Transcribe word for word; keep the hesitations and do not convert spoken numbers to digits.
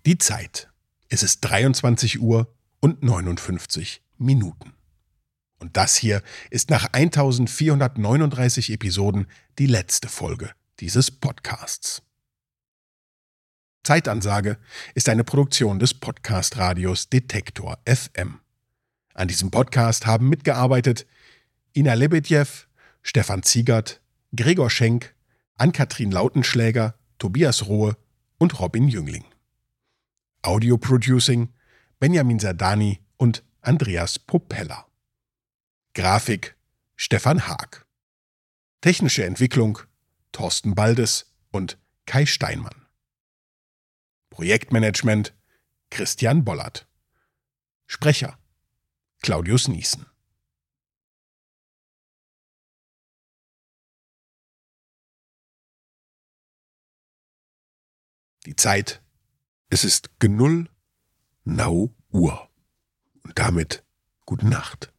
Die Zeit. Es ist dreiundzwanzig Uhr und neunundfünfzig Minuten. Und das hier ist nach eintausendvierhundertneununddreißig Episoden die letzte Folge dieses Podcasts. Zeitansage ist eine Produktion des Podcast-Radios Detektor F M. An diesem Podcast haben mitgearbeitet Ina Lebedjew, Stefan Ziegert, Gregor Schenk, Ann-Kathrin Lautenschläger, Tobias Rohe und Robin Jüngling. Audio-Producing Benjamin Sardani und Andreas Popella. Grafik Stefan Haag. Technische Entwicklung Thorsten Baldes und Kai Steinmann. Projektmanagement Christian Bollert. Sprecher Claudius Niesen. Die Zeit, es ist genull Nau Uhr. Und damit gute Nacht.